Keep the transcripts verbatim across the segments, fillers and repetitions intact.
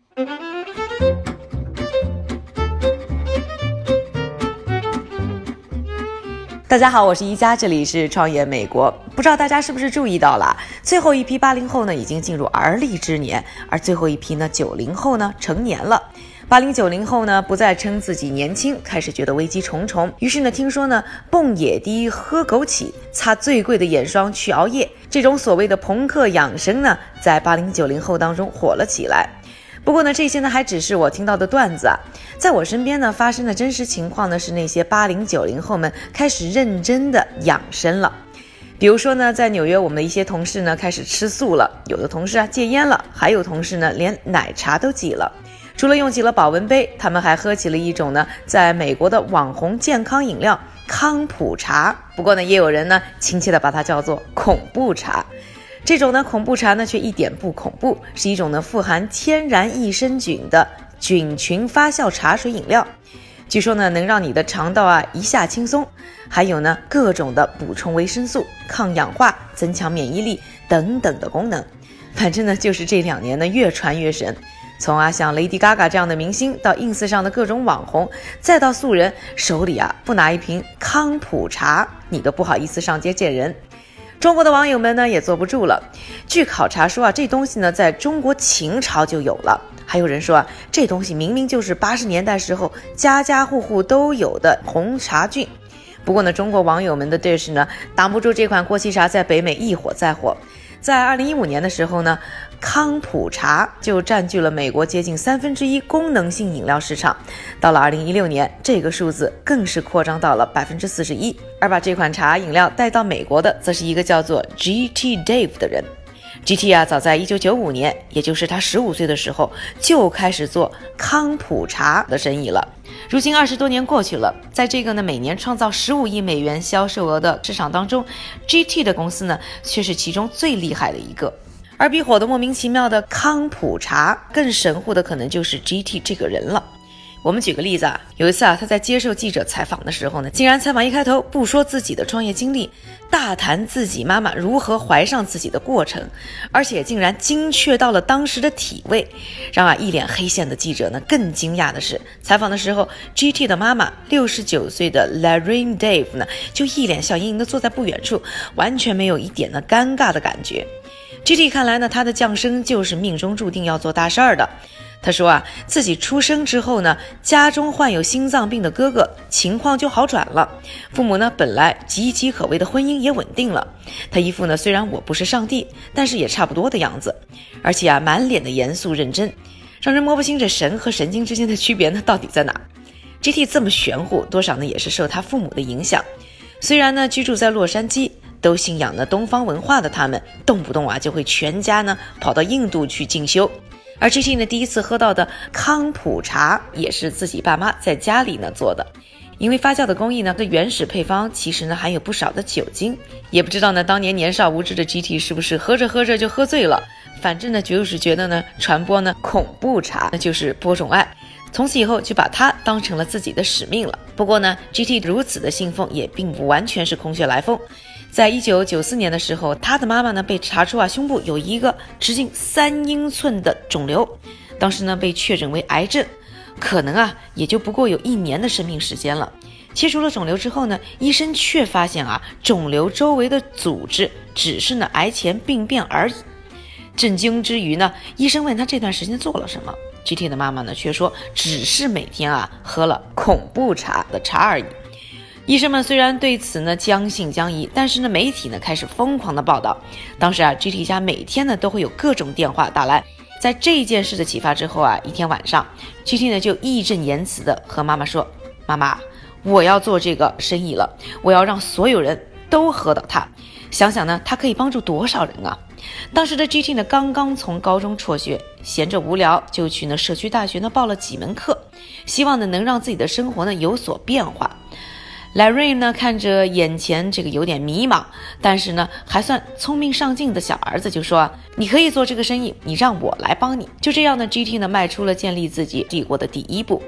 大家好，我是宜家，这里是创业美国。不知道大家是不是注意到了，最后一批八零后呢已经进入而立之年，而最后一批呢九零后呢成年了。八零九零后呢不再称自己年轻，开始觉得危机重重，于是呢听说呢蹦野迪喝枸杞，擦最贵的眼霜去熬夜，这种所谓的朋克养生呢在八零九零后当中火了起来。不过呢，这些呢还只是我听到的段子啊，在我身边呢发生的真实情况呢是那些八零九零后们开始认真的养生了。比如说呢，在纽约我们的一些同事呢开始吃素了，有的同事啊戒烟了，还有同事呢连奶茶都忌了。除了用起了保温杯，他们还喝起了一种呢在美国的网红健康饮料康普茶，不过呢也有人呢亲切的把它叫做恐怖茶。这种呢恐怖茶呢却一点不恐怖，是一种呢富含天然益生菌的菌群发酵茶水饮料。据说呢能让你的肠道啊一下轻松，还有呢各种的补充维生素、抗氧化、增强免疫力等等的功能。反正呢就是这两年呢越传越神，从啊像 Lady Gaga 这样的明星，到 ins 上的各种网红，再到素人，手里啊不拿一瓶康普茶，你都不好意思上街见人。中国的网友们呢也坐不住了，据考察说啊，这东西呢在中国秦朝就有了。还有人说啊，这东西明明就是八十年代时候家家户户都有的红茶菌。不过呢，中国网友们的 dish 呢挡不住这款过期茶在北美一火再火。在二零一五年的时候呢，康普茶就占据了美国接近三分之一功能性饮料市场。到了二零一六年，这个数字更是扩张到了百分之四十一。而把这款茶饮料带到美国的，则是一个叫做 G T Dave 的人。G T 啊，早在一九九五年，也就是他十五岁的时候，就开始做康普茶的生意了。如今二十多年过去了，在这个呢每年创造十五亿美元销售额的市场当中， G T 的公司呢却是其中最厉害的一个。而比火得莫名其妙的康普茶更神乎的，可能就是 G T 这个人了。我们举个例子啊，有一次啊，他在接受记者采访的时候呢，竟然采访一开头不说自己的创业经历，大谈自己妈妈如何怀上自己的过程，而且竟然精确到了当时的体位，让啊一脸黑线的记者呢更惊讶的是，采访的时候 G T 的妈妈六十九岁的 Laraine Dave 呢，就一脸笑盈盈的坐在不远处，完全没有一点的尴尬的感觉。G T 看来呢，他的降生就是命中注定要做大事儿的。他说啊，自己出生之后呢，家中患有心脏病的哥哥情况就好转了，父母呢本来岌岌可危的婚姻也稳定了。他一副呢虽然我不是上帝，但是也差不多的样子，而且啊满脸的严肃认真，让人摸不清这神和神经之间的区别呢到底在哪。 G T 这么玄乎，多少呢也是受他父母的影响。虽然呢居住在洛杉矶，都信仰了东方文化的他们，动不动啊就会全家呢跑到印度去进修。而 G T 呢第一次喝到的康普茶也是自己爸妈在家里呢做的，因为发酵的工艺呢的原始配方其实呢含有不少的酒精，也不知道呢当年年少无知的 G T 是不是喝着喝着就喝醉了，反正呢就是觉得呢传播呢恐怖茶那就是播种爱，从此以后就把它当成了自己的使命了。不过呢 G T 如此的信奉也并不完全是空穴来风。在一九九四年的时候，他的妈妈呢被查出啊胸部有一个直径三英寸的肿瘤，当时呢被确诊为癌症，可能啊也就不过有一年的生命时间了。切除了肿瘤之后呢，医生却发现啊肿瘤周围的组织只是呢癌前病变而已。震惊之余呢，医生问他这段时间做了什么， G T 的妈妈呢却说只是每天啊喝了恐怖茶的茶而已。医生们虽然对此呢将信将疑，但是呢媒体呢开始疯狂的报道。当时啊 G T 家每天呢都会有各种电话打来。在这件事的启发之后啊，一天晚上 G T 呢就义正言辞的和妈妈说，妈妈，我要做这个生意了，我要让所有人都喝到它，想想呢它可以帮助多少人啊。当时的 G T 呢刚刚从高中辍学，闲着无聊就去呢社区大学呢报了几门课，希望呢能让自己的生活呢有所变化。Laraine 呢看着眼前这个有点迷茫，但是呢还算聪明上进的小儿子就说，你可以做这个生意，你让我来帮你。就这样呢 G T 呢迈出了建立自己帝国的第一步。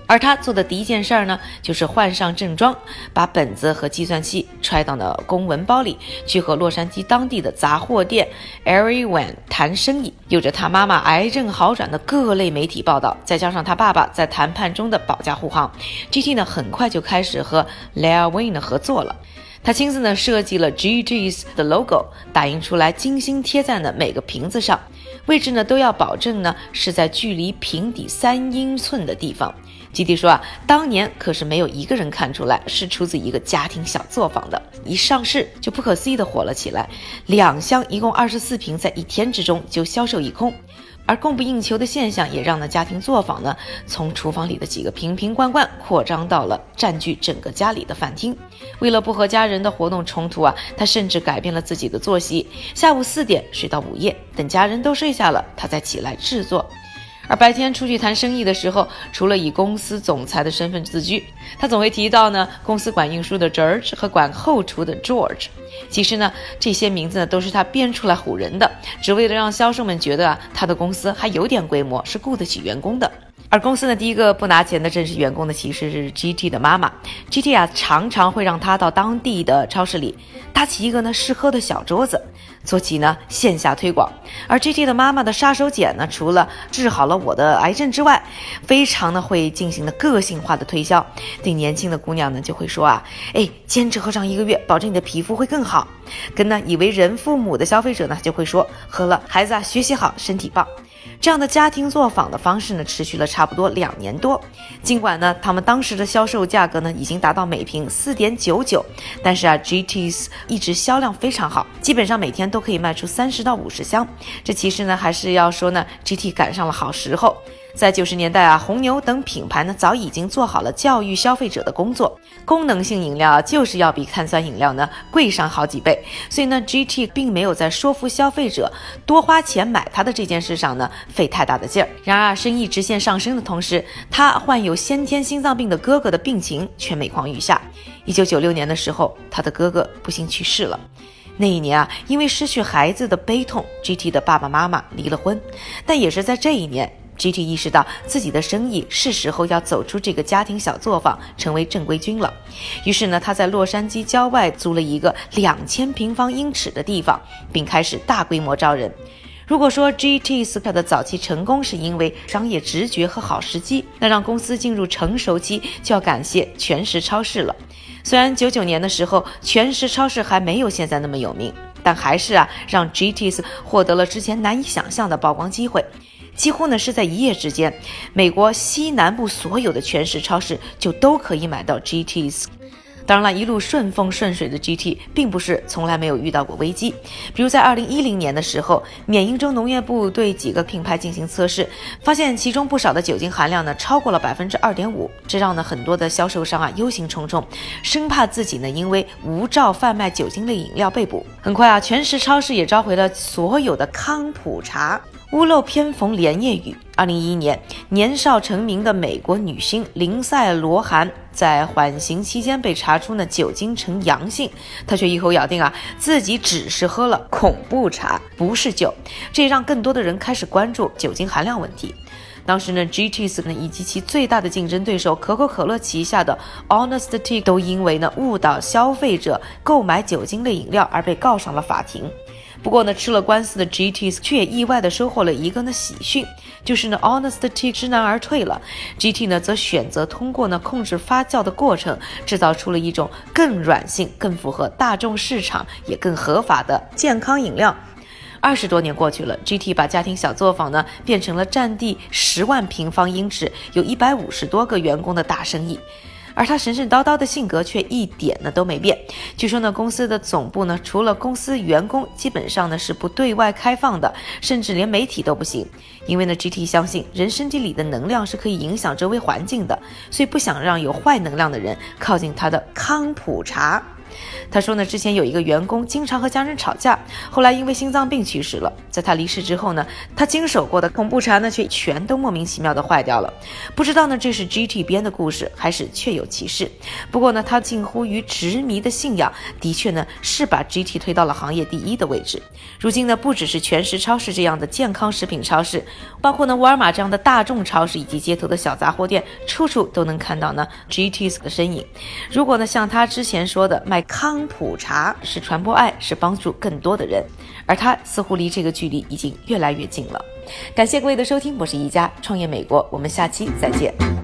而他做的第一件事呢，就是换上正装，把本子和计算器揣到了公文包里，去和洛杉矶当地的杂货店 Everyone 谈生意。有着他妈妈癌症好转的各类媒体报道，再加上他爸爸在谈判中的保驾护航， G T 呢很快就开始和 Lil Wayne 合作了。他亲自呢设计了 G T's 的 logo， 打印出来精心贴在了每个瓶子上，位置呢都要保证呢是在距离瓶底三英寸的地方。G T 说啊，当年可是没有一个人看出来是出自一个家庭小作坊的，一上市就不可思议的火了起来，两箱一共二十四瓶，在一天之中就销售一空。而供不应求的现象也让呢家庭作坊呢从厨房里的几个瓶瓶罐罐扩张到了占据整个家里的饭厅。为了不和家人的活动冲突啊，他甚至改变了自己的作息，下午四点睡到午夜，等家人都睡下了，他再起来制作。而白天出去谈生意的时候，除了以公司总裁的身份自居，他总会提到呢公司管运输的 George 和管后厨的 George。其实呢这些名字呢都是他编出来唬人的，只为了让销售们觉得啊他的公司还有点规模，是雇得起员工的。而公司呢第一个不拿钱的正式员工呢其实是 G T 的妈妈。 G T 啊常常会让他到当地的超市里搭起一个呢试喝的小桌子，做起呢线下推广。而 G T 的妈妈的杀手锏呢，除了治好了我的癌症之外，非常的会进行的个性化的推销。对年轻的姑娘呢就会说啊，哎，坚持喝上一个月，保证你的皮肤会更好。跟呢以为人父母的消费者呢就会说，喝了孩子啊学习好，身体棒。这样的家庭作坊的方式呢持续了差不多两年多。尽管呢他们当时的销售价格呢已经达到每瓶 四点九九， 但是啊 G T's 一直销量非常好，基本上每天都可以卖出三十到五十箱。这其实呢还是要说呢 G T 赶上了好时候。在九十年代啊，红牛等品牌呢早已经做好了教育消费者的工作，功能性饮料就是要比碳酸饮料呢贵上好几倍，所以呢 G T 并没有在说服消费者多花钱买它的这件事上呢费太大的劲儿。然而生意直线上升的同时，他患有先天心脏病的哥哥的病情却每况愈下。一九九六年的时候，他的哥哥不幸去世了。那一年啊，因为失去孩子的悲痛， G T 的爸爸妈妈离了婚。但也是在这一年， G T 意识到自己的生意是时候要走出这个家庭小作坊，成为正规军了。于是呢，他在洛杉矶郊外租了一个两千平方英尺的地方，并开始大规模招人。如果说 G T 斯克的早期成功是因为商业直觉和好时机，那让公司进入成熟期就要感谢全食超市了。虽然九九年的时候全食超市还没有现在那么有名，但还是啊让 G T 斯获得了之前难以想象的曝光机会。几乎呢是在一夜之间，美国西南部所有的全食超市就都可以买到 G T's。当然了，一路顺风顺水的 G T 并不是从来没有遇到过危机。比如在二零一零年的时候，缅因州农业部对几个品牌进行测试，发现其中不少的酒精含量呢超过了 百分之二点五， 这让呢很多的销售商啊忧心忡忡，生怕自己呢因为无照贩卖酒精类饮料被捕。很快啊，全食超市也召回了所有的康普茶。屋漏偏逢连夜雨，二零一一年，年少成名的美国女星林赛·罗韩在缓刑期间被查出呢酒精呈阳性，她却一口咬定啊自己只是喝了恐怖茶，不是酒，这也让更多的人开始关注酒精含量问题。当时呢 G T's 呢以及其最大的竞争对手可口可乐旗下的 Honest Tea 都因为呢误导消费者购买酒精类饮料而被告上了法庭。不过呢，吃了官司的 G T's 却也意外的收获了一个呢喜讯，就是呢 Honest Tea 知难而退了。G T 呢则选择通过呢控制发酵的过程，制造出了一种更软性、更符合大众市场也更合法的健康饮料。二十多年过去了 ，G T 把家庭小作坊呢变成了占地十万平方英尺、有一百五十多个员工的大生意。而他神神叨叨的性格却一点呢都没变。据说呢，公司的总部呢，除了公司员工，基本上呢是不对外开放的，甚至连媒体都不行。因为呢 ，G T 相信人身体里的能量是可以影响周围环境的，所以不想让有坏能量的人靠近他的康普茶。 他说呢，之前有一个员工经常和家人吵架，后来因为心脏病去世了。在他离世之后呢，他经手过的恐怖茶呢，却全都莫名其妙的坏掉了。不知道呢，这是 G T 编的故事，还是确有其事。不过呢，他近乎于执迷的信仰，的确呢，是把 G T 推到了行业第一的位置。如今呢，不只是全食超市这样的健康食品超市，包括呢沃尔玛这样的大众超市以及街头的小杂货店，处处都能看到呢 G T 的身影。如果呢像他之前说的卖康普茶是传播爱，是帮助更多的人，而他似乎离这个距离已经越来越近了。感谢各位的收听，我是宜家创业美国，我们下期再见。